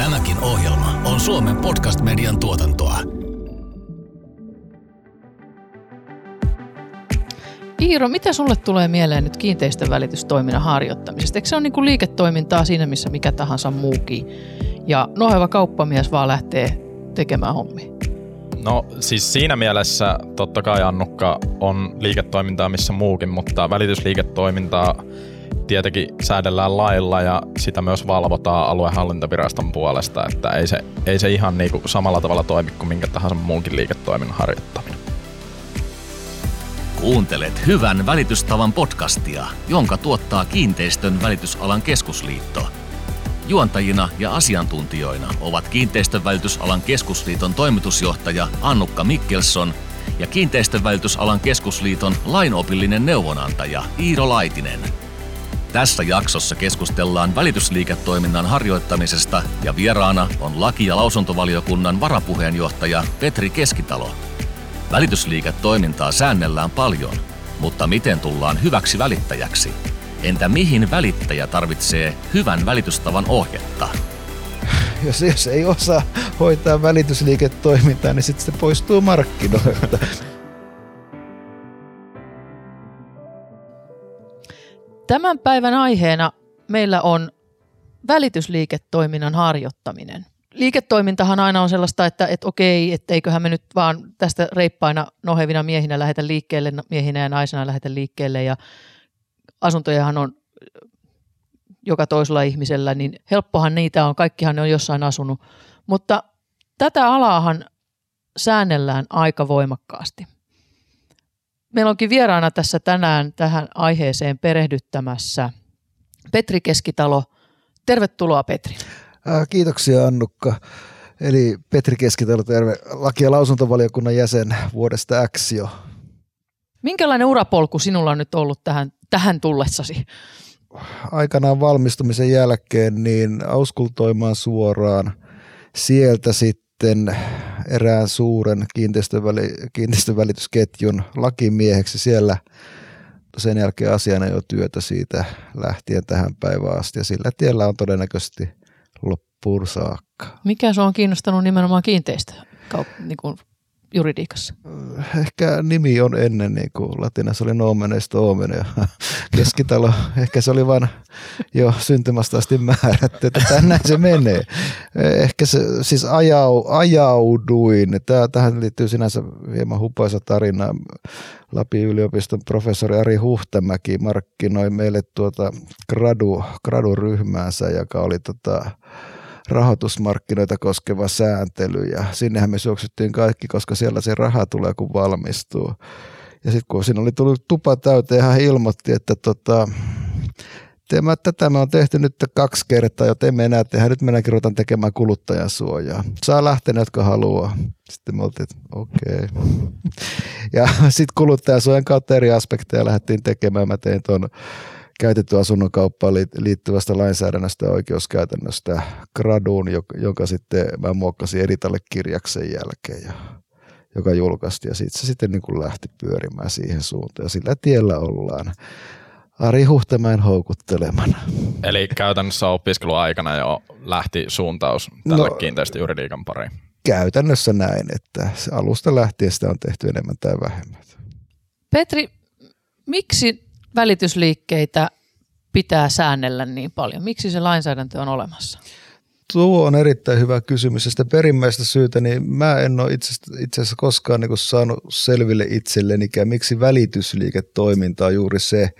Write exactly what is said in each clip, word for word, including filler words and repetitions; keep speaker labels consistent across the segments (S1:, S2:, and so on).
S1: Tämäkin ohjelma on Suomen podcast-median tuotantoa.
S2: Iiro, mitä sulle tulee mieleen nyt kiinteistön välitystoiminnan harjoittamisesta? Eikö se ole niin kuin liiketoimintaa siinä, missä mikä tahansa muukin? Ja noheva kauppamies vaan lähtee tekemään hommia.
S3: No siis siinä mielessä totta kai Annukka on liiketoimintaa missä muukin, mutta välitysliiketoimintaa tietenkin säädellään lailla ja sitä myös valvotaan aluehallintoviraston puolesta, että ei se, ei se ihan niinku samalla tavalla toimi kuin minkä tahansa muunkin liiketoiminnan harjoittaminen.
S1: Kuuntelet Hyvän välitystavan podcastia, jonka tuottaa Kiinteistön välitysalan keskusliitto. Juontajina ja asiantuntijoina ovat Kiinteistön välitysalan keskusliiton toimitusjohtaja Annukka Mikkelson ja Kiinteistön välitysalan keskusliiton lainopillinen neuvonantaja Iiro Laitinen. Tässä jaksossa keskustellaan välitysliiketoiminnan harjoittamisesta ja vieraana on laki- ja lausuntovaliokunnan varapuheenjohtaja Petri Keskitalo. Välitysliiketoimintaa säännellään paljon, mutta miten tullaan hyväksi välittäjäksi? Entä mihin välittäjä tarvitsee hyvän välitystavan ohjetta?
S4: Jos, jos ei osaa hoitaa välitysliiketoimintaa, niin sitten se poistuu markkinoilta.
S2: Tämän päivän aiheena meillä on välitysliiketoiminnan harjoittaminen. Liiketoimintahan aina on sellaista, että, että okei, että eiköhän me nyt vaan tästä reippaina nohevina miehinä lähdetä liikkeelle, miehinä ja naisena lähdetä liikkeelle ja asuntojahan on joka toisella ihmisellä, niin helppohan niitä on, kaikkihan ne on jossain asunut, mutta tätä alaahan säännellään aika voimakkaasti. Meillä onkin vieraana tässä tänään tähän aiheeseen perehdyttämässä Petri Keskitalo. Tervetuloa Petri.
S4: Kiitoksia Annukka. Eli Petri Keskitalo, terve. Laki- ja lausuntovaliokunnan jäsen vuodesta X jo.
S2: Minkälainen urapolku sinulla on nyt ollut tähän, tähän tullessasi?
S4: Aikanaan valmistumisen jälkeen niin auskultoimaan suoraan sieltä sitten erään suuren kiinteistövälitysketjun lakimieheksi siellä. Sen jälkeen asiana jo työtä siitä lähtien tähän päivään asti ja sillä tiellä on todennäköisesti loppuun saakka.
S2: Mikä sinua on kiinnostanut nimenomaan kiinteistö niin kuin juridiikassa?
S4: Ehkä nimi on ennen, niin kuin latinassa oli nomen est omen ja Keskitalo, ehkä se oli vain jo syntymästä asti määrätty, että tänään se menee. Ehkä se siis ajau, ajauduin, Tää, tähän liittyy sinänsä hieman hupaisa tarina. Lapin yliopiston professori Ari Huhtamäki markkinoi meille tuota gradu, graduryhmäänsä, joka oli tota rahoitusmarkkinoita koskeva sääntely ja sinnehän me syöksyttiin kaikki, koska siellä se raha tulee kun valmistuu. Ja sitten kun siinä oli tullut tupa täyteen, hän ilmoitti, että tota, tämä, tätä me on tehty nyt kaksi kertaa, joten emme enää tehdä. Nyt mennäänkin ruvetaan tekemään kuluttajan suojaa. Saa lähteä ne, jotka haluaa. Sitten me oltiin, että okei. Okay. Ja sitten kuluttajan suojan kautta eri aspekteja lähdettiin tekemään. Mä tein tuon käytetty asunnon kauppaan liittyvästä lainsäädännöstä ja oikeuskäytännöstä graduun, jonka sitten mä muokkasin Editalle kirjaksen jälkeen, ja, joka julkaistiin. Ja sitten se sitten niin kuin lähti pyörimään siihen suuntaan. Ja sillä tiellä ollaan Ari Huhtamäen houkuttelemana.
S3: Eli käytännössä opiskeluaikana jo lähti suuntaus tälle no, kiinteistöjuridiikan pariin?
S4: Käytännössä näin, että alusta lähtien sitä on tehty enemmän tai vähemmän.
S2: Petri, miksi välitysliikkeitä pitää säännellä niin paljon? Miksi se lainsäädäntö on olemassa?
S4: Tuo on erittäin hyvä kysymys. Ja sitä perimmäistä syytä, niin mä en ole itse asiassa koskaan niin kuin saanut selville itsellenikään, miksi välitysliiketoiminta on juuri se,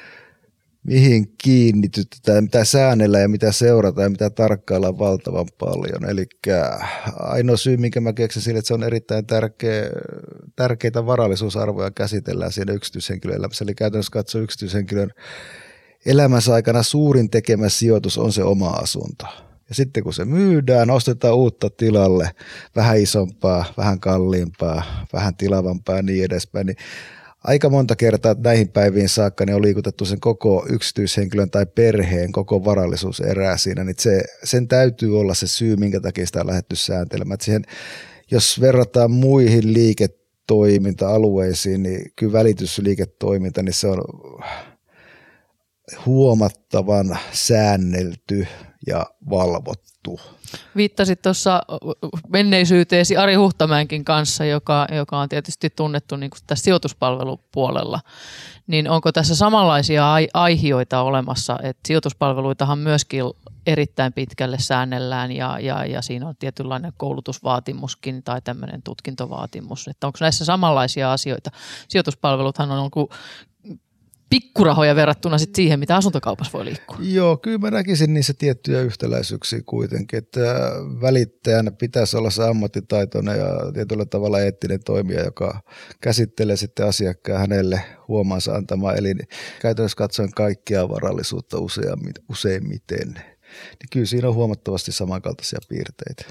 S4: mihin kiinnitytään, mitä säännellään ja mitä seurataan ja mitä tarkkaillaan valtavan paljon. Eli ainoa syy, minkä mä keksin sille, että se on erittäin tärkeä, tärkeitä varallisuusarvoja käsitellään siinä yksityishenkilön elämässä. Eli käytännössä katsoo yksityishenkilön elämänsä aikana suurin tekemä sijoitus on se oma asunto. Ja sitten kun se myydään, ostetaan uutta tilalle, vähän isompaa, vähän kalliimpaa, vähän tilavampaa ja niin edespäin, niin aika monta kertaa näihin päiviin saakka niin on liikutettu sen koko yksityishenkilön tai perheen koko varallisuuserää siinä, niin se, sen täytyy olla se syy, minkä takia sitä on lähdetty sääntelemään. Siihen, jos verrataan muihin liiketoiminta-alueisiin, niin kyllä välitysliiketoiminta, niin se on huomattavan säännelty ja valvottu.
S2: Viittasit tuossa menneisyyteesi Ari Huhtamäenkin kanssa, joka, joka on tietysti tunnettu niin kuin tässä sijoituspalvelupuolella. Niin onko tässä samanlaisia aihioita olemassa, että sijoituspalveluitahan myöskin erittäin pitkälle säännellään ja, ja, ja siinä on tietynlainen koulutusvaatimuskin tai tämmöinen tutkintovaatimus. Että onko näissä samanlaisia asioita? Sijoituspalveluthan on kuin pikkurahoja verrattuna sit siihen, mitä asuntokaupassa voi liikkua.
S4: Joo, kyllä mä näkisin niissä tiettyjä yhtäläisyyksiä kuitenkin, että välittäjän pitäisi olla se ammattitaitoinen ja tietyllä tavalla eettinen toimija, joka käsittelee sitten asiakkaan hänelle huomaansa antamaan, eli käytännössä katsoen kaikkea varallisuutta useimmiten. Niin kyllä siinä on huomattavasti samankaltaisia piirteitä.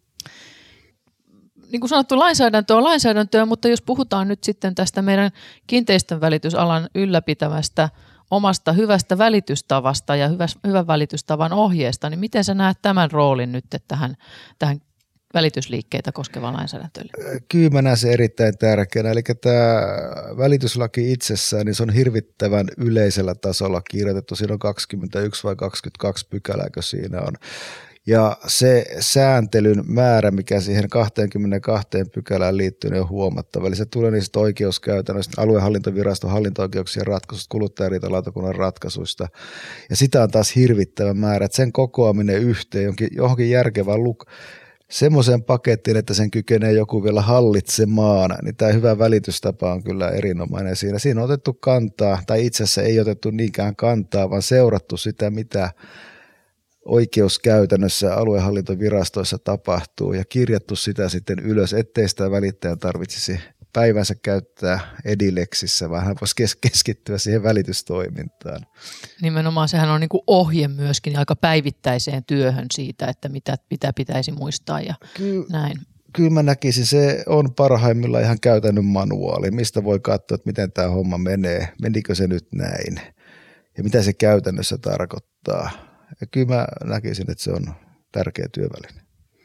S2: Niin kuin sanottu, lainsäädäntö on lainsäädäntöä, mutta jos puhutaan nyt sitten tästä meidän kiinteistön välitysalan ylläpitävästä omasta hyvästä välitystavasta ja hyvän välitystavan ohjeesta, niin miten sä näet tämän roolin nyt tähän, tähän välitysliikkeitä koskevaan lainsäädäntöön?
S4: Kyllä mä näen se erittäin tärkeänä. Eli tämä välityslaki itsessään, niin se on hirvittävän yleisellä tasolla kirjoitettu. Siinä on kaksikymmentäyksi vai kaksikymmentäkaksi pykälääkö siinä on. Ja se sääntelyn määrä, mikä siihen kaksikymmentäkaksi pykälään liittyy, niin on huomattava. Eli se tulee niistä oikeuskäytännöistä, aluehallintoviraston hallinto-oikeuksien ratkaisuista, kuluttajariitalautakunnan ratkaisuista. Ja sitä on taas hirvittävä määrä, että sen kokoaminen yhteen johonkin, johonkin järkevään luk- semmoiseen pakettiin, että sen kykenee joku vielä hallitsemaan, niin tämä hyvä välitystapa on kyllä erinomainen siinä. Siinä on otettu kantaa, tai itse asiassa ei otettu niinkään kantaa, vaan seurattu sitä, mitä oikeuskäytännössä aluehallintovirastoissa tapahtuu ja kirjattu sitä sitten ylös, ettei sitä välittäjän tarvitsisi päivänsä käyttää edileksissä, vaan hän voisi keskittyä siihen välitystoimintaan.
S2: Nimenomaan sehän on niin kuin ohje myöskin aika päivittäiseen työhön siitä, että mitä, mitä pitäisi muistaa ja Ky- näin.
S4: Kyllä mä näkisin, se on parhaimmillaan ihan käytännön manuaali, mistä voi katsoa, että miten tämä homma menee, menikö se nyt näin ja mitä se käytännössä tarkoittaa. Ja kyllä mä näkisin, että se on tärkeä työväline.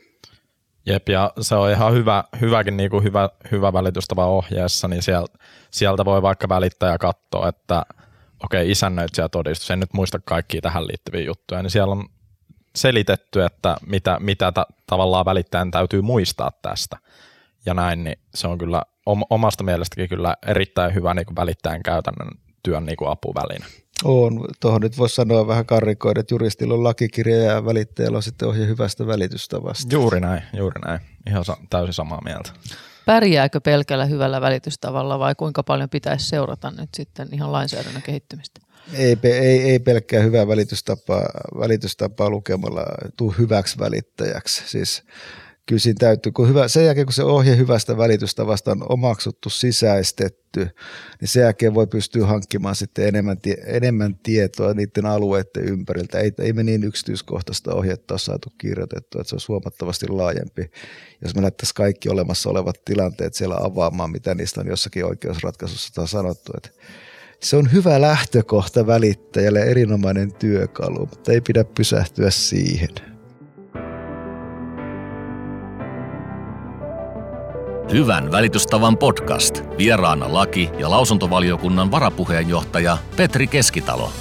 S3: Jep, ja se on ihan hyvä, hyväkin niin kuin hyvä, hyvä välitystapa ohjeessa, niin sieltä, sieltä voi vaikka välittäjä katsoa, että okei, okay, isännöitsijä todistus, en nyt muista kaikkia tähän liittyviä juttuja, niin siellä on selitetty, että mitä, mitä ta, tavallaan välittäjän täytyy muistaa tästä. Ja näin, niin se on kyllä omasta mielestäkin kyllä erittäin hyvä niin kuin välittäjän käytännön työn niin kuin apuväline.
S4: On. Tuohon nyt voisi sanoa vähän karrikoida, että juristilla on lakikirja ja välittäjällä on sitten ohje hyvästä välitystavasta.
S3: Juuri näin, juuri näin. Ihan sa- täysin samaa mieltä.
S2: Pärjääkö pelkällä hyvällä välitystavalla vai kuinka paljon pitäisi seurata nyt sitten ihan lainsäädännön kehittymistä?
S4: Ei, ei, ei pelkkää hyvää välitystapaa, välitystapaa lukemalla tuu hyväksi välittäjäksi. Siis kyllä siinä täytyy, kun hyvä, sen jälkeen kun se ohje hyvästä välitystavasta on omaksuttu, sisäistetty, niin sen jälkeen voi pystyä hankkimaan sitten enemmän, enemmän tietoa niiden alueiden ympäriltä. Ei, ei me niin yksityiskohtaista ohjetta ole saatu kirjoitettua, että se olisi huomattavasti laajempi. Jos me lähdettäisiin kaikki olemassa olevat tilanteet siellä avaamaan, mitä niistä on jossakin oikeusratkaisussa sanottu, että se on hyvä lähtökohta välittäjälle, erinomainen työkalu, mutta ei pidä pysähtyä siihen.
S1: Hyvän välitystavan podcast. Vieraana laki- ja lausuntovaliokunnan varapuheenjohtaja Petri Keskitalo.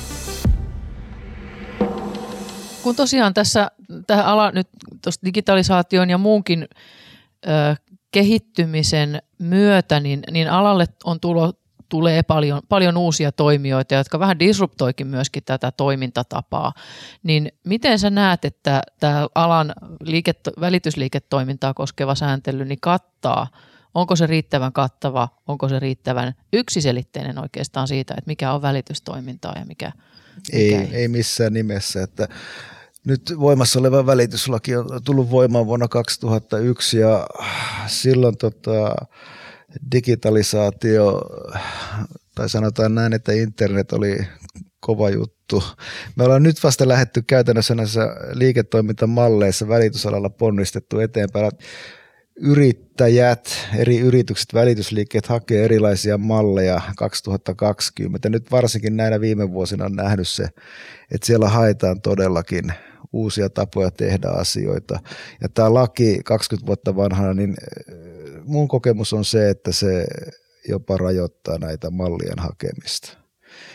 S2: Kun tosiaan tässä tähän ala, nyt digitalisaation ja muunkin ö, kehittymisen myötä, niin, niin alalle on tulo, tulee paljon, paljon uusia toimijoita, jotka vähän disruptoikin myöskin tätä toimintatapaa. Niin miten sä näet, että tämä alan liiketo, välitysliiketoimintaa koskeva sääntely niin kattaa? Onko se riittävän kattava? Onko se riittävän yksiselitteinen oikeastaan siitä, että mikä on välitystoimintaa ja mikä, mikä
S4: ei,
S2: ei?
S4: Ei missään nimessä, että nyt voimassa oleva välityslaki on tullut voimaan vuonna kaksituhattayksi ja silloin tota, digitalisaatio, tai sanotaan näin, että internet oli kova juttu. Me ollaan nyt vasta lähdetty käytännössä näissä liiketoimintamalleissa välitysalalla ponnistettu eteenpäin. Yrittäjät, eri yritykset, välitysliikkeet hakee erilaisia malleja kaksituhattakaksikymmentä. Nyt varsinkin näinä viime vuosina on nähnyt se, että siellä haetaan todellakin uusia tapoja tehdä asioita. Ja tämä laki kaksikymmentä vuotta vanhana, niin mun kokemus on se, että se jopa rajoittaa näitä mallien hakemista.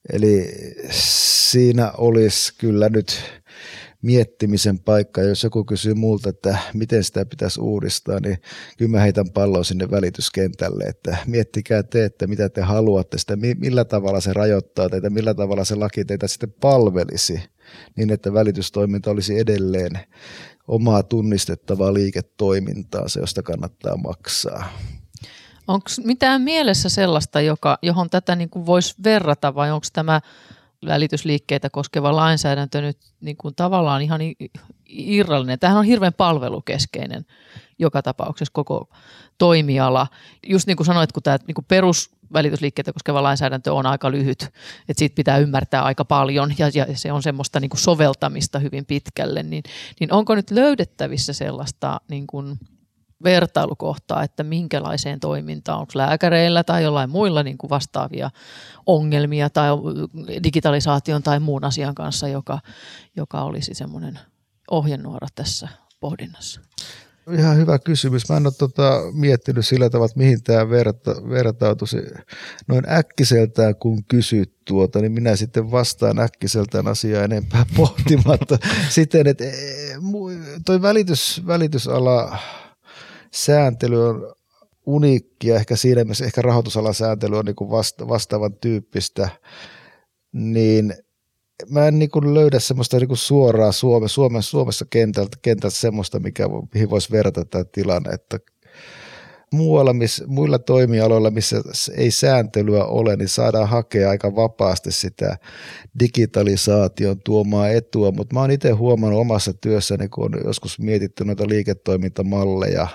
S4: Eli siinä olisi kyllä nyt miettimisen paikka. Jos joku kysyy multa, että miten sitä pitäisi uudistaa, niin kyllä mä heitän pallon sinne välityskentälle, että miettikää te, että mitä te haluatte, sitä, millä tavalla se rajoittaa teitä, millä tavalla se laki teitä sitten palvelisi, niin että välitystoiminta olisi edelleen omaa tunnistettavaa liiketoimintaa, se josta kannattaa maksaa.
S2: Onko mitään mielessä sellaista, joka, johon tätä niin kuin voisi verrata, vai onko tämä välitysliikkeitä koskeva lainsäädäntö nyt niin kuin tavallaan ihan irrallinen? Tämähän on hirveän palvelukeskeinen joka tapauksessa koko toimiala. Just niin kuin sanoit, kun tämä niin kuin perusvälitysliikkeitä koskeva lainsäädäntö on aika lyhyt, että siitä pitää ymmärtää aika paljon ja, ja se on semmoista niin kuin soveltamista hyvin pitkälle, niin, niin onko nyt löydettävissä sellaista niin kuin vertailukohtaa, että minkälaiseen toimintaan, onko lääkäreillä tai jollain muilla niin kuin vastaavia ongelmia tai digitalisaation tai muun asian kanssa, joka, joka olisi semmoinen ohjenuora tässä pohdinnassa?
S4: Ihan hyvä kysymys. Mä en ole tota miettinyt sillä tavalla, että mihin tämä verta, vertautuisi. Noin äkkiseltään kun kysyt tuota, niin minä sitten vastaan äkkiseltään asiaa enempää pohtimatta siten, että toi välitys, välitysala sääntely on uniikkia, ehkä siinä mielessä ehkä rahoitusalan sääntely on niin kuin vasta, vastaavan tyyppistä, niin mä en niin kuin löydä semmoista niin kuin suoraa Suome, Suomen, Suomessa kentältä, kentältä semmoista, mikä, mihin voisi verrata tämä tilanne, että muualla, missä, muilla toimialoilla, missä ei sääntelyä ole, niin saadaan hakea aika vapaasti sitä digitalisaation tuomaa etua, mutta mä oon itse huomannut omassa työssäni, kun on joskus mietitty noita liiketoimintamalleja,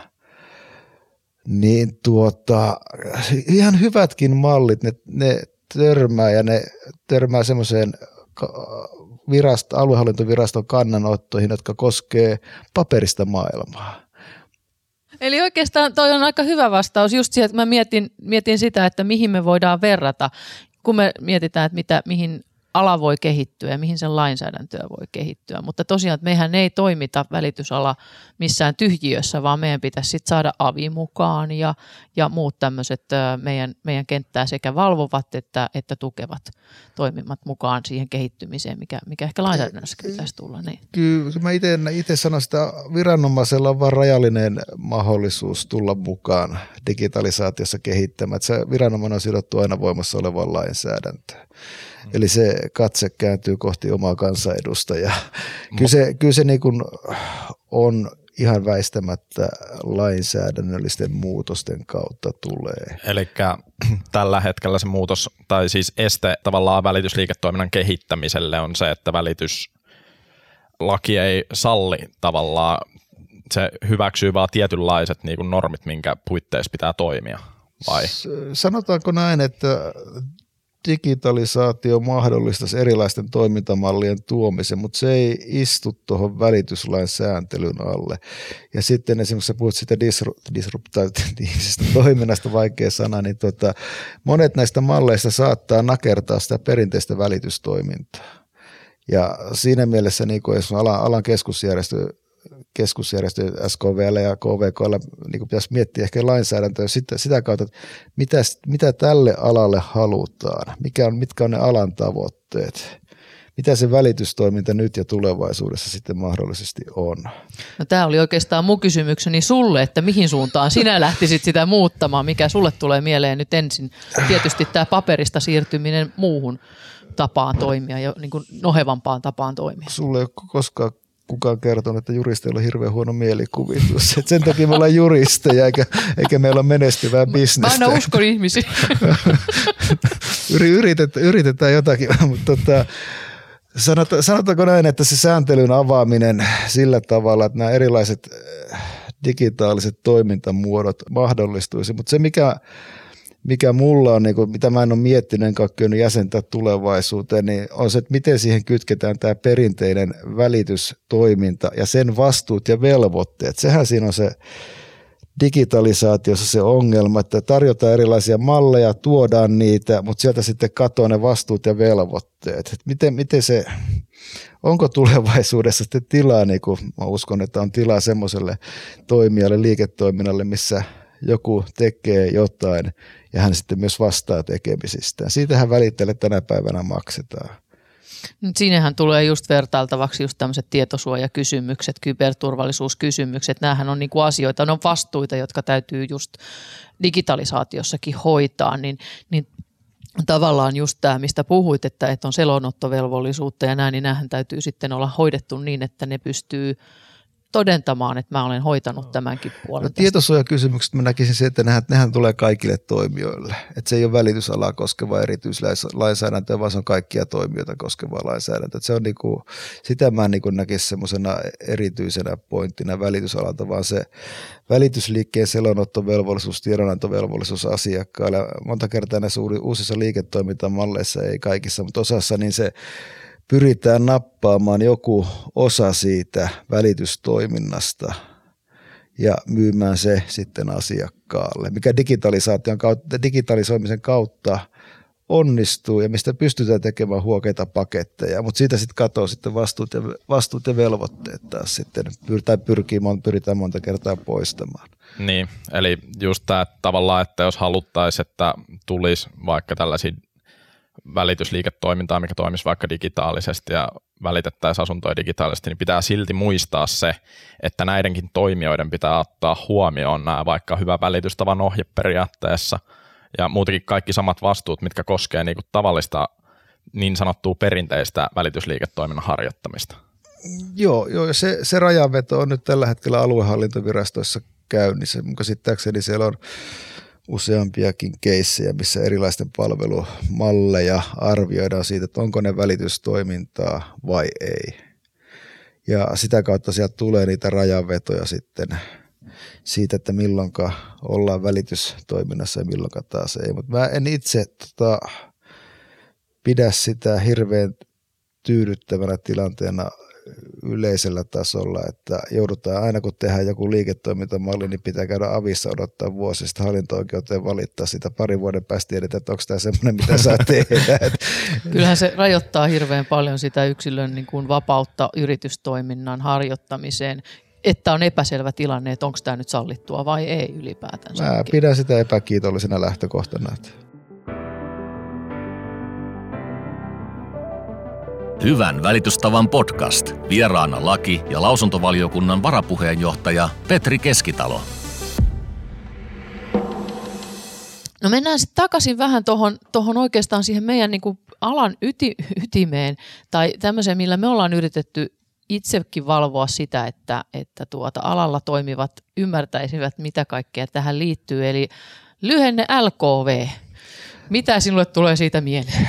S4: niin tuota, ihan hyvätkin mallit, ne, ne törmää ja ne törmää semmoiseen virasto, aluehallintoviraston kannanottoihin, jotka koskee paperista maailmaa.
S2: Eli oikeastaan toi on aika hyvä vastaus just siihen, että mä mietin, mietin sitä, että mihin me voidaan verrata, kun me mietitään, että mitä, mihin ala voi kehittyä ja mihin sen lainsäädäntöä voi kehittyä. Mutta tosiaan, että mehän ei toimita välitysala missään tyhjiössä, vaan meidän pitäisi sit saada avi mukaan ja, ja muut tämmöiset meidän, meidän kenttää sekä valvovat että, että tukevat toimimat mukaan siihen kehittymiseen, mikä, mikä ehkä lainsäädännössä pitäisi tulla. Niin.
S4: Kyllä, mä itse sanon sitä, viranomaisella on vain rajallinen mahdollisuus tulla mukaan digitalisaatiossa kehittämään. Se viranomainen on sidottu aina voimassa olevaan lainsäädäntöön. Eli se katse kääntyy kohti omaa kansanedustajaa. Kyllä se, kyllä se niin kuin on ihan väistämättä lainsäädännöllisten muutosten kautta tulee.
S3: Eli tällä hetkellä se muutos, tai siis este tavallaan välitysliiketoiminnan kehittämiselle on se, että välityslaki ei salli tavallaan, se hyväksyy vaan tietynlaiset niin kuin normit, minkä puitteissa pitää toimia, vai?
S4: Sanotaanko näin, että digitalisaatio mahdollistaisi erilaisten toimintamallien tuomisen, mutta se ei istu tuohon välityslain sääntelyn alle. Ja sitten esimerkiksi sä puhut siitä disruptiivisesta toiminnasta, vaikea sana, niin tota, monet näistä malleista saattaa nakertaa sitä perinteistä välitystoimintaa. Ja siinä mielessä niin kuin alan, alan keskusjärjestö keskusjärjestö S K V:llä ja K V K:llä niin pitäisi miettiä ehkä lainsäädäntöä sitä, sitä kautta, että mitä, mitä tälle alalle halutaan, mikä on, mitkä on ne alan tavoitteet, mitä se välitystoiminta nyt ja tulevaisuudessa sitten mahdollisesti on.
S2: No, tämä oli oikeastaan mun kysymykseni sulle, että mihin suuntaan sinä lähtisit sitä muuttamaan, mikä sulle tulee mieleen nyt ensin. Tietysti tämä paperista siirtyminen muuhun tapaan toimia ja niin kuin nohevampaan tapaan toimia.
S4: Sulle ei ole koskaan kukaan kertonut, että juristeilla on hirveän huono mielikuvitus. Et sen takia me ollaan juristeja, eikä, eikä meillä ole menestyvää bisnestä.
S2: Mä aina uskon ihmisiä.
S4: Yritetään, yritetään jotakin, mutta tota, sanota, sanotaanko näin, että se sääntelyn avaaminen sillä tavalla, että nämä erilaiset digitaaliset toimintamuodot mahdollistuisi, mutta se mikä mikä mulla on, niin kuin, mitä mä en ole miettinyt, enkä ole kyennyt jäsentää tulevaisuuteen, niin on se, että miten siihen kytketään tämä perinteinen välitystoiminta ja sen vastuut ja velvoitteet. Sehän siinä on se digitalisaatiossa se ongelma, että tarjotaan erilaisia malleja, tuodaan niitä, mutta sieltä sitten katoaa ne vastuut ja velvoitteet. Että miten, miten se, onko tulevaisuudessa sitten tilaa, niin kuin mä uskon, että on tilaa semmoiselle toimijalle, liiketoiminnalle, missä joku tekee jotain ja hän sitten myös vastaa tekemisistään. Siitähän välittäjälle tänä päivänä maksetaan.
S2: Siinähän tulee just vertailtavaksi just tämmöiset tietosuojakysymykset, kyberturvallisuuskysymykset. Nämähän on niinku asioita, ne on vastuita, jotka täytyy just digitalisaatiossakin hoitaa, niin, niin tavallaan just tämä, mistä puhuit, että, että on selonottovelvollisuutta ja näin, niin näähän täytyy sitten olla hoidettu niin, että ne pystyy todentamaan, että mä olen hoitanut tämänkin puolen. No,
S4: tietosuojakysymykset mä näkisin se, että nehän, nehän tulee kaikille toimijoille. Että se ei ole välitysalaa koskeva erityislainsäädäntö, vaan se on kaikkia toimijoita koskevaa lainsäädäntöä. Se on niinku, sitä mä en niinku näkisi semmoisena erityisenä pointtina välitysalalta, vaan se välitysliikkeen selonottovelvollisuus, tiedonantovelvollisuus asiakkaalle. Monta kertaa näissä uusissa liiketoimintamalleissa, ei kaikissa, mutta osassa, niin se pyritään nappaamaan joku osa siitä välitystoiminnasta ja myymään se sitten asiakkaalle, mikä digitalisaation kautta, digitalisoimisen kautta onnistuu ja mistä pystytään tekemään huokeita paketteja, mutta siitä sitten katoaa sitten vastuut ja, vastuut ja velvoitteet taas sitten, tai pyrkii, pyritään monta kertaa poistamaan.
S3: Niin, eli just tämä tavallaan, että jos haluttaisiin, että tulisi vaikka tällaisia välitysliiketoimintaa, mikä toimisi vaikka digitaalisesti ja välitettäisiin asuntoja digitaalisesti, niin pitää silti muistaa se, että näidenkin toimijoiden pitää ottaa huomioon nämä vaikka hyvä välitystavan ohje periaatteessa ja muutenkin kaikki samat vastuut, mitkä koskee niin kuin tavallista niin sanottua perinteistä välitysliiketoiminnan harjoittamista.
S4: Joo, joo se, se rajanveto on nyt tällä hetkellä aluehallintovirastoissa käynnissä. Mun käsittääkseni siellä on useampiakin keissejä, missä erilaisten palvelumalleja arvioidaan siitä, että onko ne välitystoimintaa vai ei. Ja sitä kautta sieltä tulee niitä rajanvetoja sitten siitä, että milloinka ollaan välitystoiminnassa ja milloinka taas ei. Mutta mä en itse tota, pidä sitä hirveän tyydyttävänä tilanteena yleisellä tasolla, että joudutaan aina kun tehdään joku liiketoimintamalli, niin pitää käydä avissa odottaa vuosista hallinto-oikeuteen valittaa sitä parin vuoden päästä tiedetään, että onko tämä semmoinen, mitä saa tehdä.
S2: Kyllähän se rajoittaa hirveän paljon sitä yksilön niin kuin vapautta yritystoiminnan harjoittamiseen, että on epäselvä tilanne, että onko tämä nyt sallittua vai ei ylipäätään.
S4: Mä pidän sitä epäkiitollisena lähtökohtana.
S1: Hyvän välitystavan podcast. Vieraana laki- ja lausuntovaliokunnan varapuheenjohtaja Petri Keskitalo.
S2: No mennään sitten takaisin vähän tuohon tohon oikeastaan siihen meidän niinku alan yti, ytimeen tai tämmöiseen, millä me ollaan yritetty itsekin valvoa sitä, että, että tuota alalla toimivat ymmärtäisivät, mitä kaikkea tähän liittyy. Eli lyhenne L K V. Mitä sinulle tulee siitä mieleen?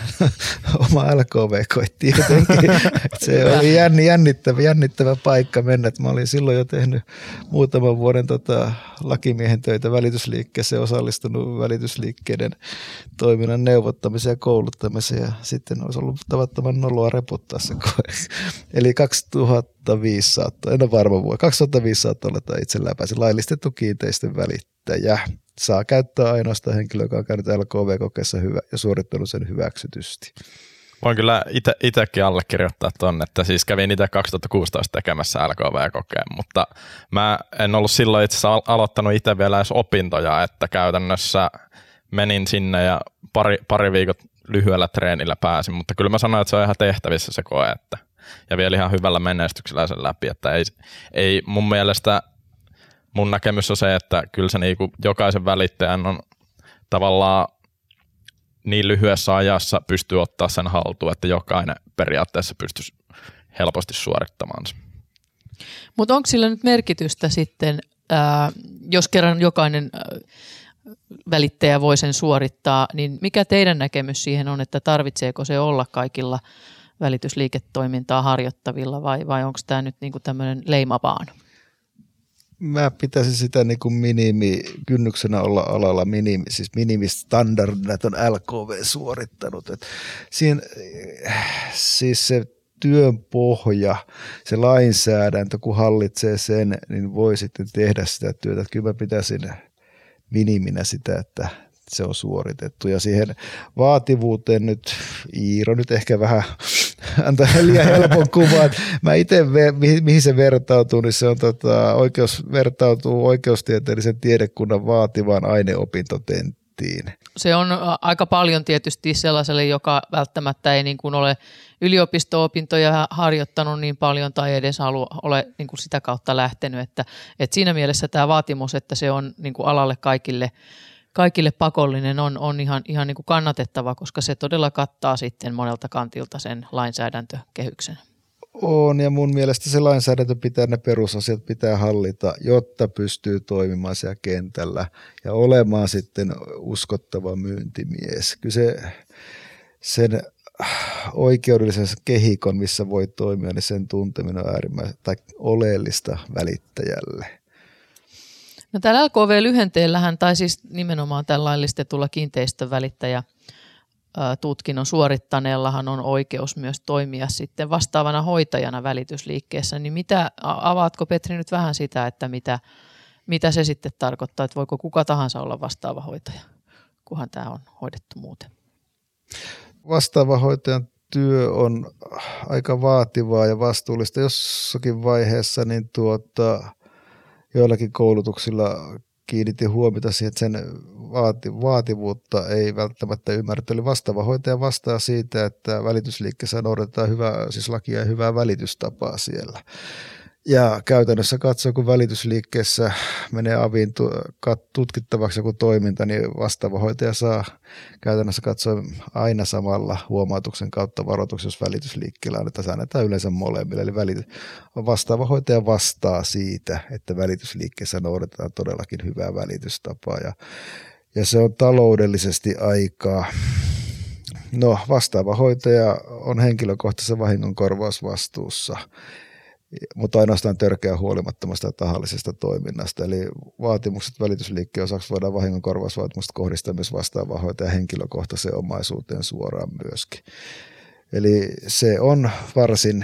S4: Oma L K V-koitti jotenkin. Se oli jännittävä, jännittävä paikka mennä. Mä olin silloin jo tehnyt muutaman vuoden tota, lakimiehen töitä välitysliikkeeseen, osallistunut välitysliikkeiden toiminnan neuvottamiseen ja kouluttamiseen. Ja sitten olisi ollut tavattoman noloa reputtaa se koe. Eli kaksituhattaviisi saattoi, en ole varma vuosi, kaksituhattaviisi saattoi olla itse läpäisi laillistettu kiinteistön välittäjä. Saa käyttää ainoastaan henkilö, joka on käynyt L K V-kokeessa hyvä ja suorittanut sen hyväksytysti.
S3: Voin kyllä ite, itsekin allekirjoittaa tuonne, että siis kävin itse kaksituhattakuusitoista tekemässä L K V-kokeen, mutta mä en ollut silloin itse asiassa aloittanut itse vielä edes opintoja, että käytännössä menin sinne ja pari, pari viikot lyhyellä treenillä pääsin, mutta kyllä mä sanoin, että se on ihan tehtävissä se koe, että, ja vielä ihan hyvällä menestyksellä sen läpi, että ei, ei mun mielestä mun näkemys on se, että kyllä se niinku jokaisen välittäjän on tavallaan niin lyhyessä ajassa pystyy ottaa sen haltuun, että jokainen periaatteessa pystyisi helposti suorittamaan sen.
S2: Mutta onko sillä nyt merkitystä sitten, ää, jos kerran jokainen ää, välittäjä voi sen suorittaa, niin mikä teidän näkemys siihen on, että tarvitseeko se olla kaikilla välitysliiketoimintaa harjoittavilla vai, vai onko tämä nyt niinku tämmöinen leima vaan?
S4: Mä pitäisin sitä niin kuin minimikynnyksenä olla alalla, minimi, siis minimistandardina, että on L K V suorittanut. Et siinä, siis se työn pohja, se lainsäädäntö, kun hallitsee sen, niin voi sitten tehdä sitä työtä. Että kyllä mä pitäisin miniminä sitä, että se on suoritettu. Ja siihen vaativuuteen nyt, Iiro nyt ehkä vähän antaa liian helpon kuvan. Mä itse, mihin se vertautuu, niin se on tota, oikeus, vertautuu oikeustieteellisen tiedekunnan vaativaan aineopintotentti. tehtiin.
S2: Se on aika paljon tietysti sellaiselle, joka välttämättä ei niin kuin ole yliopisto-opintoja harjoittanut niin paljon tai edes halua, ole niin kuin sitä kautta lähtenyt. Että, että siinä mielessä tämä vaatimus, että se on niin kuin alalle kaikille, kaikille pakollinen, on, on ihan, ihan niin kuin kannatettava, koska se todella kattaa sitten monelta kantilta sen lainsäädäntökehyksen.
S4: On, ja mun mielestä se lainsäädäntö pitää, ne perusasiat pitää hallita, jotta pystyy toimimaan siellä kentällä ja olemaan sitten uskottava myyntimies. Kyllä se, sen oikeudellisen kehikon, missä voi toimia, niin sen tunteminen on äärimmäisen tai oleellista välittäjälle.
S2: No täällä L K V-lyhenteellähän, tai siis nimenomaan tällä laillistetulla kiinteistön välittäjä tutkinnon suorittaneellahan on oikeus myös toimia sitten vastaavana hoitajana välitysliikkeessä, niin mitä, avaatko Petri nyt vähän sitä, että mitä, mitä se sitten tarkoittaa, että voiko kuka tahansa olla vastaava hoitaja, kunhan tämä on hoidettu muuten?
S4: Vastaava hoitajan työ on aika vaativaa ja vastuullista jossakin vaiheessa, niin tuota, joillakin koulutuksilla kiinnitin huomiota siihen, että sen vaati, vaativuutta ei välttämättä ymmärretä. Eli vastaava hoitaja vastaa siitä, että välitysliikkeessä noudatetaan hyvää, siis lakia ja hyvää välitystapaa siellä. Ja käytännössä katsoo, kun välitysliikkeessä menee aviin tutkittavaksi joku toiminta, niin vastaava hoitaja saa käytännössä katsoa aina samalla huomautuksen kautta varoituksen, jos välitysliikkeellä annetaan, se annetaan yleensä molemmille. Eli välit, vastaava hoitaja vastaa siitä, että välitysliikkeessä noudatetaan todellakin hyvää välitystapaa. Ja, ja se on taloudellisesti aika... No, vastaava hoitaja on henkilökohtaisessa vahingonkorvausvastuussa, mutta ainoastaan törkeä huolimattomasta ja tahallisesta toiminnasta. Eli vaatimukset välitysliikkeen osaksi voidaan vahingonkorvausvaatimukset kohdistaa myös vastaavaan hoitajan henkilökohtaiseen omaisuuteen suoraan myöskin. Eli se on varsin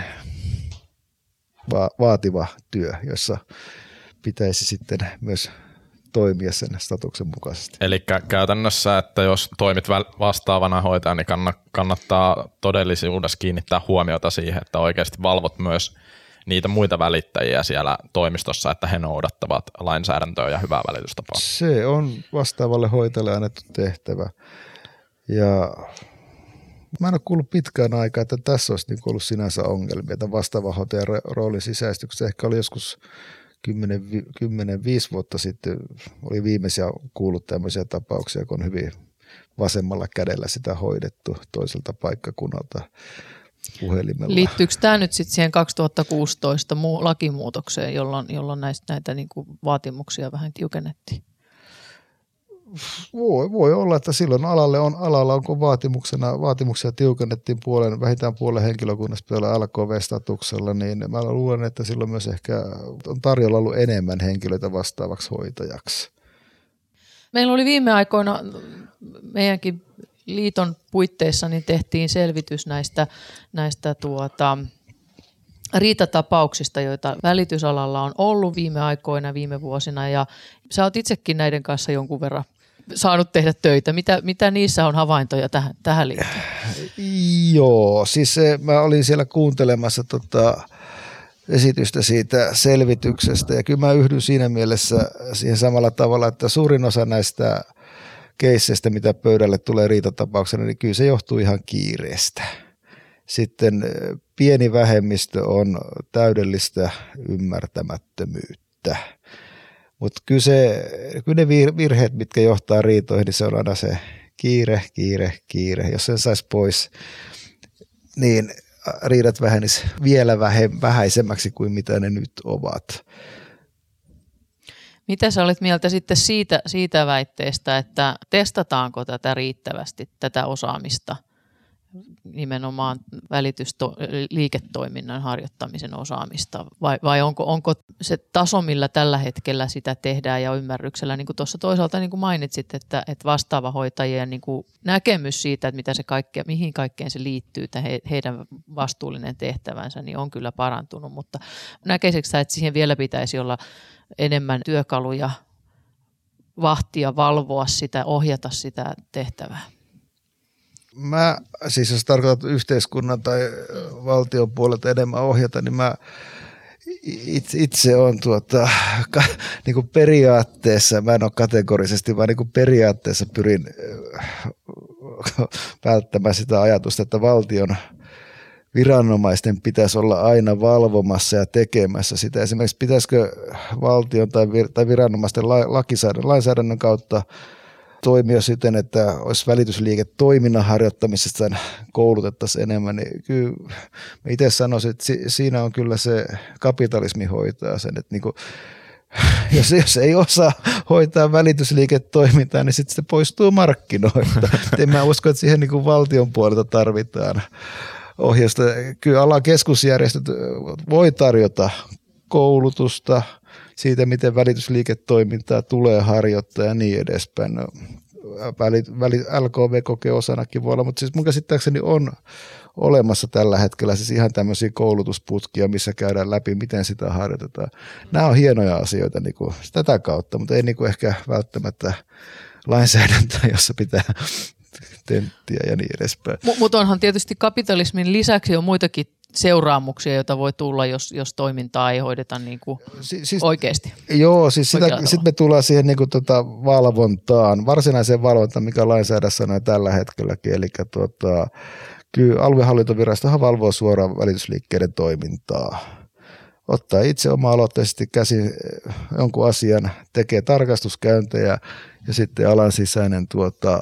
S4: va- vaativa työ, jossa pitäisi sitten myös toimia sen statuksen mukaisesti.
S3: Eli käytännössä, että jos toimit vastaavana hoitajana, niin kannattaa todellisuudessa kiinnittää huomiota siihen, että oikeasti valvot myös niitä muita välittäjiä siellä toimistossa, että he noudattavat lainsäädäntöä ja hyvää välitystapaa.
S4: Se on vastaavalle hoitajalle annettu tehtävä. Ja mä en ole kuullut pitkään aikaa, että tässä olisi niin ollut sinänsä ongelmia. Tämän vastaavan hoitajan roolin sisäistyksessä ehkä oli joskus kymmenen viisi vuotta sitten oli viimeisiä kuullut tämmöisiä tapauksia, kun on hyvin vasemmalla kädellä sitä hoidettu toiselta paikkakunnalta puhelimella.
S2: Liittyykö tämä nyt sitten siihen kaksituhattakuusitoista muu, lakimuutokseen, jolloin, jolloin näistä, näitä niin kuin vaatimuksia vähän tiukennettiin?
S4: Voi, voi olla, että silloin alalle on, alalla onko vaatimuksena, vaatimuksia tiukennettiin puolen, vähintään puolen henkilökunnasta pitää L K V-statuksella, niin mä luulen, että silloin myös ehkä on tarjolla ollut enemmän henkilöitä vastaavaksi hoitajaksi. Meillä
S2: oli viime aikoina meidänkin liiton puitteissa niin tehtiin selvitys näistä, näistä tuota, riitatapauksista, joita välitysalalla on ollut viime aikoina, viime vuosina, ja sä oot itsekin näiden kanssa jonkun verran saanut tehdä töitä. Mitä, mitä niissä on havaintoja tähän, tähän liittyen?
S4: Joo, siis mä olin siellä kuuntelemassa tota esitystä siitä selvityksestä, ja kyllä mä yhdyn siinä mielessä siihen samalla tavalla, että suurin osa näistä keisseistä, mitä pöydälle tulee riitatapauksena, niin kyllä se johtuu ihan kiireestä. Sitten pieni vähemmistö on täydellistä ymmärtämättömyyttä. Mutta kyllä, kyllä ne virheet, mitkä johtaa riitoihin, niin se on aina se kiire, kiire, kiire. Jos sen saisi pois, niin riidat vähenisi vielä vähäisemmäksi kuin mitä ne nyt ovat.
S2: Mitä sä olet mieltä sitten siitä, siitä väitteestä, että testataanko tätä riittävästi, tätä osaamista, nimenomaan välitysliiketoiminnan harjoittamisen osaamista, vai, vai onko, onko se taso, millä tällä hetkellä sitä tehdään ja ymmärryksellä, niin kuin tuossa toisaalta niin kuin mainitsit, että, että vastaava hoitajien niin kuin näkemys siitä, että mitä se kaikkea, mihin kaikkeen se liittyy, että he, heidän vastuullinen tehtävänsä, niin on kyllä parantunut, mutta näkeisikö sä, että siihen vielä pitäisi olla enemmän työkaluja vahtia, valvoa sitä, ohjata sitä tehtävää?
S4: Mä, siis jos tarkoitat yhteiskunnan tai valtion puolelta enemmän ohjata, niin mä itse, itse on tuota, ka, niin kuin periaatteessa, mä en ole kategorisesti, vaan niin kuin periaatteessa pyrin välttämään sitä ajatusta, että valtion viranomaisten pitäisi olla aina valvomassa ja tekemässä sitä. Esimerkiksi pitäisikö valtion tai, vir, tai viranomaisten la, lainsäädännön kautta toimia siten, että olisi välitysliiketoiminnan harjoittamisesta koulutettaisiin enemmän, niin kyllä mä itse sanoisin, että siinä on kyllä se kapitalismi hoitaa sen, että niin kuin, jos, jos ei osaa hoitaa välitysliiketoimintaa, niin sitten se poistuu markkinoilta. En mä usko, että siihen niin kuin valtion puolelta tarvitaan ohjausta. Kyllä alan keskusjärjestöt voi tarjota koulutusta siitä, miten välitysliiketoimintaa tulee harjoittaa ja niin edespäin. No, väli, väli, L K V-kokeen osanakin voi olla, mutta siis mun käsittääkseni on olemassa tällä hetkellä siis ihan tämmöisiä koulutusputkia, missä käydään läpi, miten sitä harjoitetaan. Nämä on hienoja asioita niin kuin tätä kautta, mutta ei niin kuin ehkä välttämättä lainsäädäntöä, jossa pitää tenttiä ja niin edespäin.
S2: M- mutta onhan tietysti kapitalismin lisäksi on muitakin seuraamuksia, joita voi tulla, jos, jos toimintaa ei hoideta niin kuin si- siis, oikeasti.
S4: Joo, siis sitten me tullaan siihen niin kuin tota valvontaan, varsinaiseen valvontaan, mikä lainsäädännössä on tällä hetkelläkin, eli tuota, kyllä aluehallintovirastohan valvoo suoraan välitysliikkeiden toimintaa. Ottaa itse oma-aloitteisesti käsin jonkun asian, tekee tarkastuskäyntejä ja sitten alan sisäinen tuota,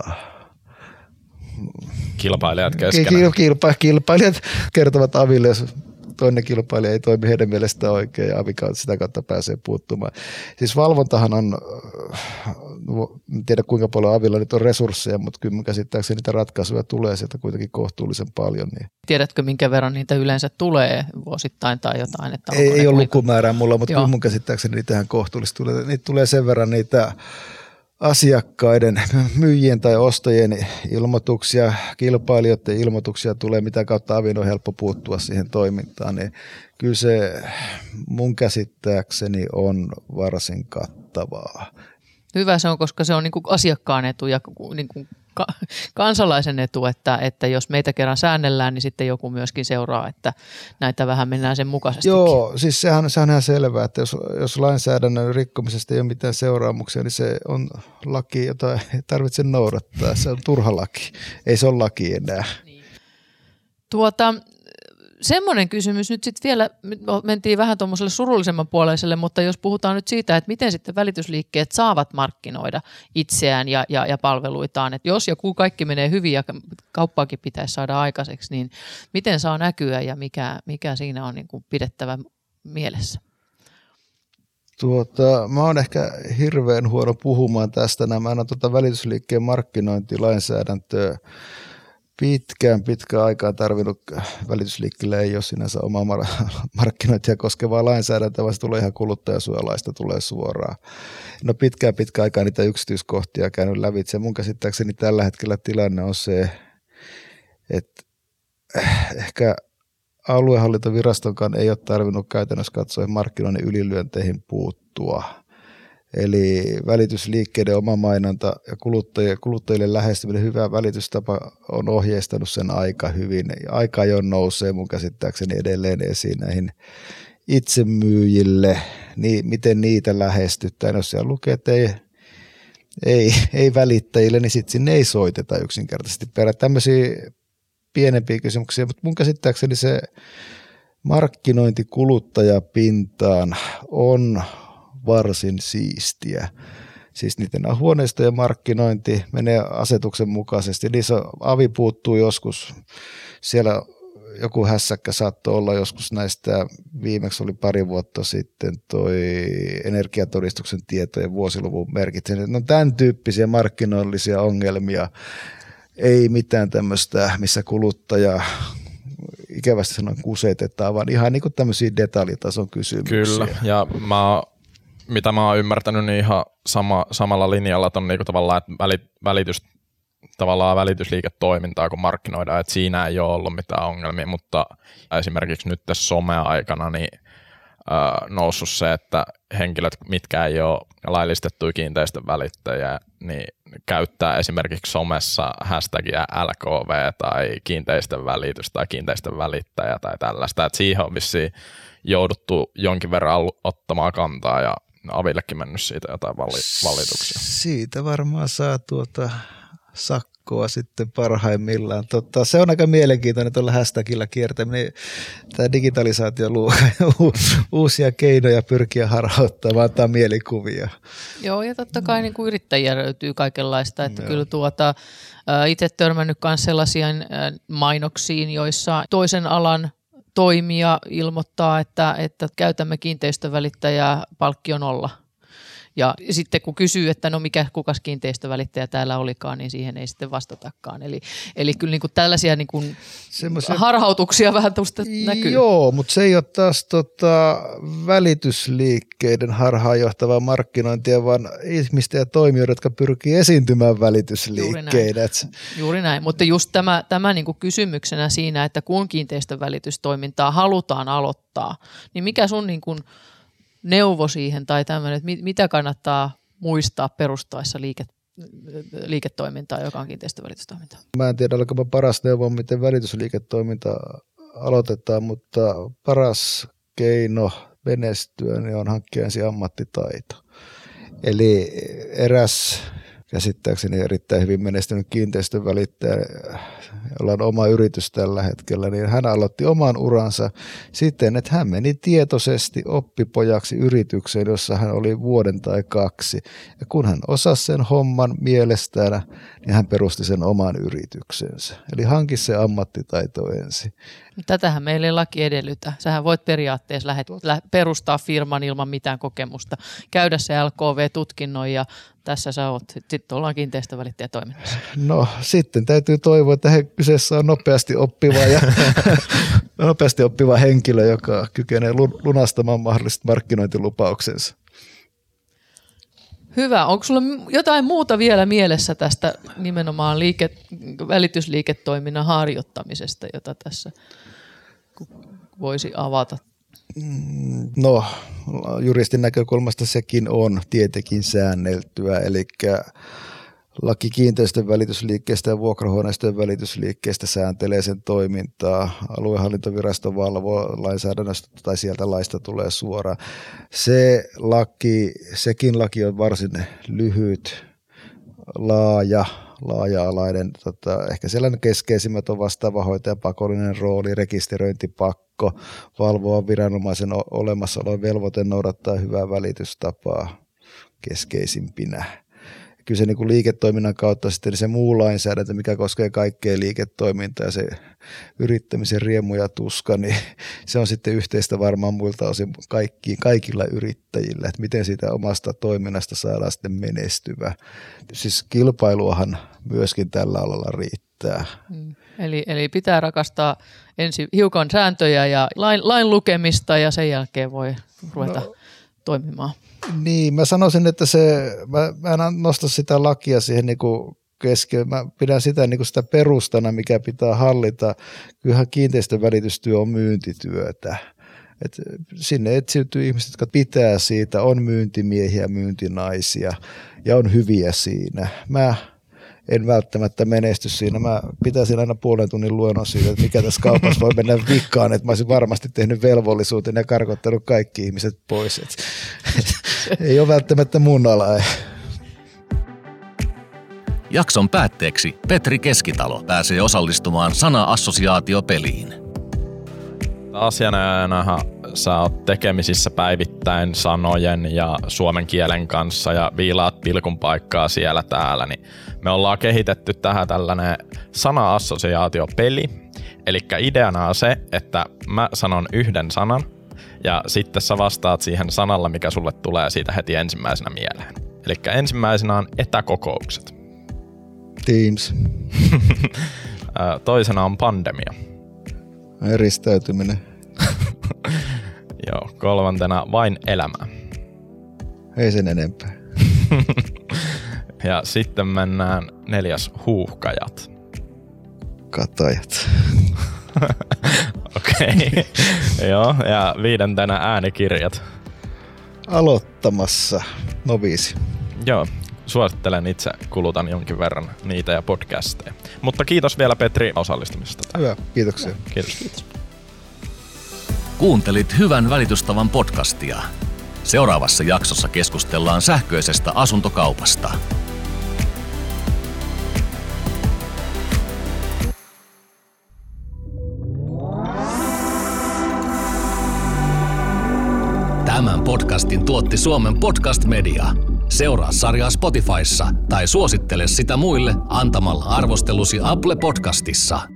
S3: kilpailijat keskenään.
S4: Kilpa, kilpailijat kertovat aville, jos toinen kilpailija ei toimi heidän mielestään oikein ja avi sitä kautta pääsee puuttumaan. Siis valvontahan on, en tiedä kuinka paljon avilla nyt on resursseja, mutta kyllä käsittääkseni niitä ratkaisuja tulee sieltä kuitenkin kohtuullisen paljon. Niin.
S2: Tiedätkö, minkä verran niitä yleensä tulee vuosittain tai jotain? Että
S4: ei ei ole lukumäärää mulla, mutta kyllä mun käsittääkseni niitähän kohtuullisesti tulee. Niitä tulee sen verran niitä asiakkaiden, myyjien tai ostajien ilmoituksia, kilpailijoiden ilmoituksia tulee, mitä kautta avin on helppo puuttua siihen toimintaan, niin kyllä se mun käsittääkseni on varsin kattavaa.
S2: Hyvä se on, koska se on niin kuin asiakkaan etu ja niin kuin ka- kansalaisen etu, että, että jos meitä kerran säännellään, niin sitten joku myöskin seuraa, että näitä vähän mennään sen mukaisesti.
S4: Joo, siis sehän, sehän on ihan selvää, että jos, jos lainsäädännön rikkomisesta ei ole mitään seuraamuksia, niin se on laki, jota ei tarvitse noudattaa. Se on turha laki, ei se ole laki enää.
S2: Niin. Tuota... Semmoinen kysymys nyt sitten vielä, mentiin vähän tuommoiselle surullisemman puoleiselle, mutta jos puhutaan nyt siitä, että miten sitten välitysliikkeet saavat markkinoida itseään ja, ja, ja palveluitaan, että jos joku kaikki menee hyvin ja kauppaakin pitäisi saada aikaiseksi, niin miten saa näkyä ja mikä, mikä siinä on niin kuin pidettävä mielessä?
S4: Tuota, mä oon ehkä hirveän huono puhumaan tästä. Mä en ole tuota välitysliikkeen markkinointilainsäädäntöä pitkään, pitkään aikaa tarvinnut. Välitysliikkeelle ei ole sinänsä omaa markkinointia koskevaa lainsäädäntöä, vaan se tulee ihan kuluttajasuojalaista, tulee suoraan. No pitkään, pitkään aikaa niitä yksityiskohtia käynyt lävitse. Mun käsittääkseni tällä hetkellä tilanne on se, että ehkä aluehallintovirastonkaan ei ole tarvinnut käytännössä katsoa markkinoinnin ylilyönteihin puuttua. Eli välitysliikkeiden oma mainonta ja kuluttajille, kuluttajille lähestyminen, hyvä välitystapa on ohjeistanut sen aika hyvin. Aika ajoin nousee mun käsittääkseni edelleen esiin näihin itsemyyjille, niin miten niitä lähestytään. Jos siellä lukee, että ei, ei, ei välittäjille, niin sitten sinne ei soiteta yksinkertaisesti perään. Tämmöisiä pienempiä kysymyksiä, mutta mun käsittääkseni se markkinointi kuluttajapintaan on varsin siistiä. Siis niiden huoneistojen markkinointi menee asetuksen mukaisesti. Niissä avi puuttuu joskus. Siellä joku hässäkkä saattoi olla joskus näistä, viimeksi oli pari vuotta sitten toi energiatodistuksen tietojen vuosiluvun merkitseminen. No tämän tyyppisiä markkinoillisia ongelmia. Ei mitään tämmöistä, missä kuluttaja ikävästi sanoen kusetetaan, vaan ihan niin kuin tämmöisiä detaljitason kysymyksiä.
S3: Kyllä, ja mä, mitä mä oon ymmärtänyt, niin ihan sama, samalla linjalla on niin kuin tavallaan, että välit, välitys, tavallaan välitysliiketoimintaa, kun markkinoidaan, että siinä ei ole ollut mitään ongelmia, mutta esimerkiksi nyt tässä some-aikana, niin noussut se, että henkilöt, mitkä ei ole laillistettuja kiinteistön välittäjiä, niin käyttää esimerkiksi somessa hashtagia L K V tai kiinteistön välitys tai kiinteistön välittäjä tai tällaista. Et siihen on vissiin jouduttu jonkin verran ottamaan kantaa ja avillekin mennyt siitä jotain valituksia.
S4: Siitä varmaan saa tuota sakkoa sitten parhaimmillaan. Totta, se on aika mielenkiintoinen tuolla hashtagilla kiertäminen. Tämä digitalisaatio luo uusia keinoja pyrkiä harhauttamaan tai mielikuvia.
S2: Joo, ja totta kai niin kuin yrittäjiä löytyy kaikenlaista. Että kyllä tuota, itse törmännyt myös sellaisiin mainoksiin, joissa toisen alan toimija ilmoittaa, että, että käytämme kiinteistövälittäjää palkkio nolla. Ja sitten kun kysyy, että no mikä kukas kiinteistövälittäjä täällä olikaan, niin siihen ei sitten vastatakaan. Eli, eli kyllä niin kuin tällaisia niin kuin harhautuksia vähän tuosta näkyy.
S4: Joo, mutta se ei ole taas tota välitysliikkeiden harhaanjohtavaa markkinointia, vaan ihmisten ja toimijoiden, jotka pyrkii esiintymään välitysliikkeinä.
S2: Juuri näin, Juuri näin. Mutta just tämä, tämä niin kuin kysymyksenä siinä, että kun kiinteistövälitystoimintaa halutaan aloittaa, niin mikä sun niin kuin neuvo siihen tai tämmöinen, että mitä kannattaa muistaa perustaessa liike, liiketoimintaa, joka on kiinteistövälitystoimintaa?
S4: Mä en tiedä, oliko paras neuvo, miten välitysliiketoiminta aloitetaan, mutta paras keino menestyä niin on hankkia ensin ammattitaito. Eli eräs käsittääkseni erittäin hyvin menestynyt kiinteistövälittäjä, jolla on oma yritys tällä hetkellä, niin hän aloitti oman uransa siten, että hän meni tietoisesti oppipojaksi yritykseen, jossa hän oli vuoden tai kaksi. Ja kun hän osasi sen homman mielestään, niin hän perusti sen oman yrityksensä. Eli hanki se ammattitaito ensin.
S2: Tätähän meille ei laki edellytä. Sähän voit periaatteessa lähet, lä, perustaa firman ilman mitään kokemusta, käydä se L K V-tutkinnon ja tässä sä oot. Sitten ollaan kiinteistövälittäjätoiminnassa.
S4: No sitten täytyy toivoa, että he, kyseessä on nopeasti oppiva ja nopeasti oppiva henkilö, joka kykenee lunastamaan mahdolliset markkinointilupauksensa.
S2: Hyvä. Onko sulla jotain muuta vielä mielessä tästä nimenomaan liike, välitysliiketoiminnan harjoittamisesta, jota tässä voisi avata?
S4: No, juristin näkökulmasta sekin on tietenkin säänneltyä, eli laki kiinteistön välitysliikkeestä ja vuokrahuoneistojen välitysliikkeestä sääntelee sen toimintaa. Aluehallintovirasto valvoo lainsäädännöstä tai sieltä laista tulee suoraan. Se laki, sekin laki on varsin lyhyt, laaja, laaja-alainen. Tota, ehkä siellä keskeisimmät on vastaavahoitajan pakollinen rooli, rekisteröintipakko, valvoa viranomaisen olemassaolon velvoite noudattaa hyvää välitystapaa keskeisimpinä. Kyllä se niin kuin liiketoiminnan kautta sitten se muu lainsäädäntö, mikä koskee kaikkea liiketoimintaa ja se yrittämisen riemu ja tuska, niin se on sitten yhteistä varmaan muilta osin kaikkiin, kaikilla yrittäjillä, että miten siitä omasta toiminnasta saadaan sitten menestyvä. Siis kilpailuahan myöskin tällä alalla riittää.
S2: Hmm. Eli, eli pitää rakastaa ensin hiukan sääntöjä ja lain, lain lukemista ja sen jälkeen voi ruveta no. toimimaan.
S4: Niin, mä sanoisin, että se, mä, mä en nosta sitä lakia siihen niin kuin kesken. Mä pidän sitä niin kuin sitä perustana, mikä pitää hallita. Kyllähän kiinteistövälitystyö on myyntityötä. Et sinne etsiytyy ihmiset, jotka pitää siitä, on myyntimiehiä, myyntinaisia ja on hyviä siinä. Mä en välttämättä menesty siinä. Mä pitäisin aina puolen tunnin luennon siitä, että mikä tässä kaupassa voi mennä vikkaan, että mä olisin varmasti tehnyt velvollisuuden ja karkottanut kaikki ihmiset pois. Et, et, ei ole välttämättä mun ala.
S1: Jakson päätteeksi Petri Keskitalo pääsee osallistumaan sana-assosiaatiopeliin.
S3: Asianajanahan sä oot tekemisissä päivittäin sanojen ja suomen kielen kanssa ja viilaat pilkun paikkaa siellä täällä, niin me ollaan kehitetty tähän tällainen sana-assosiaatiopeli. Eli ideana on se, että mä sanon yhden sanan ja sitten sä vastaat siihen sanalla, mikä sulle tulee siitä heti ensimmäisenä mieleen. Eli ensimmäisenä on etäkokoukset.
S4: Teams.
S3: Toisena on pandemia.
S4: Eristäytyminen.
S3: Joo, kolmantena vain elämää.
S4: Ei sen enempää.
S3: Ja sitten mennään neljäs huuhkajat.
S4: Katajat.
S3: Okei, Okei. Okay. Joo, ja viidentenä äänikirjat.
S4: Aloittamassa noviisi.
S3: Joo, suosittelen itse, kulutan jonkin verran niitä ja podcasteja. Mutta kiitos vielä Petri osallistumisesta.
S4: Hyvä, kiitoksia.
S3: Kiitos. Kiitos.
S1: Kuuntelit Hyvän välitystavan podcastia. Seuraavassa jaksossa keskustellaan sähköisestä asuntokaupasta. Tämän podcastin tuotti Suomen Podcast Media. Seuraa sarjaa Spotifyssa tai suosittele sitä muille antamalla arvostelusi Apple Podcastissa.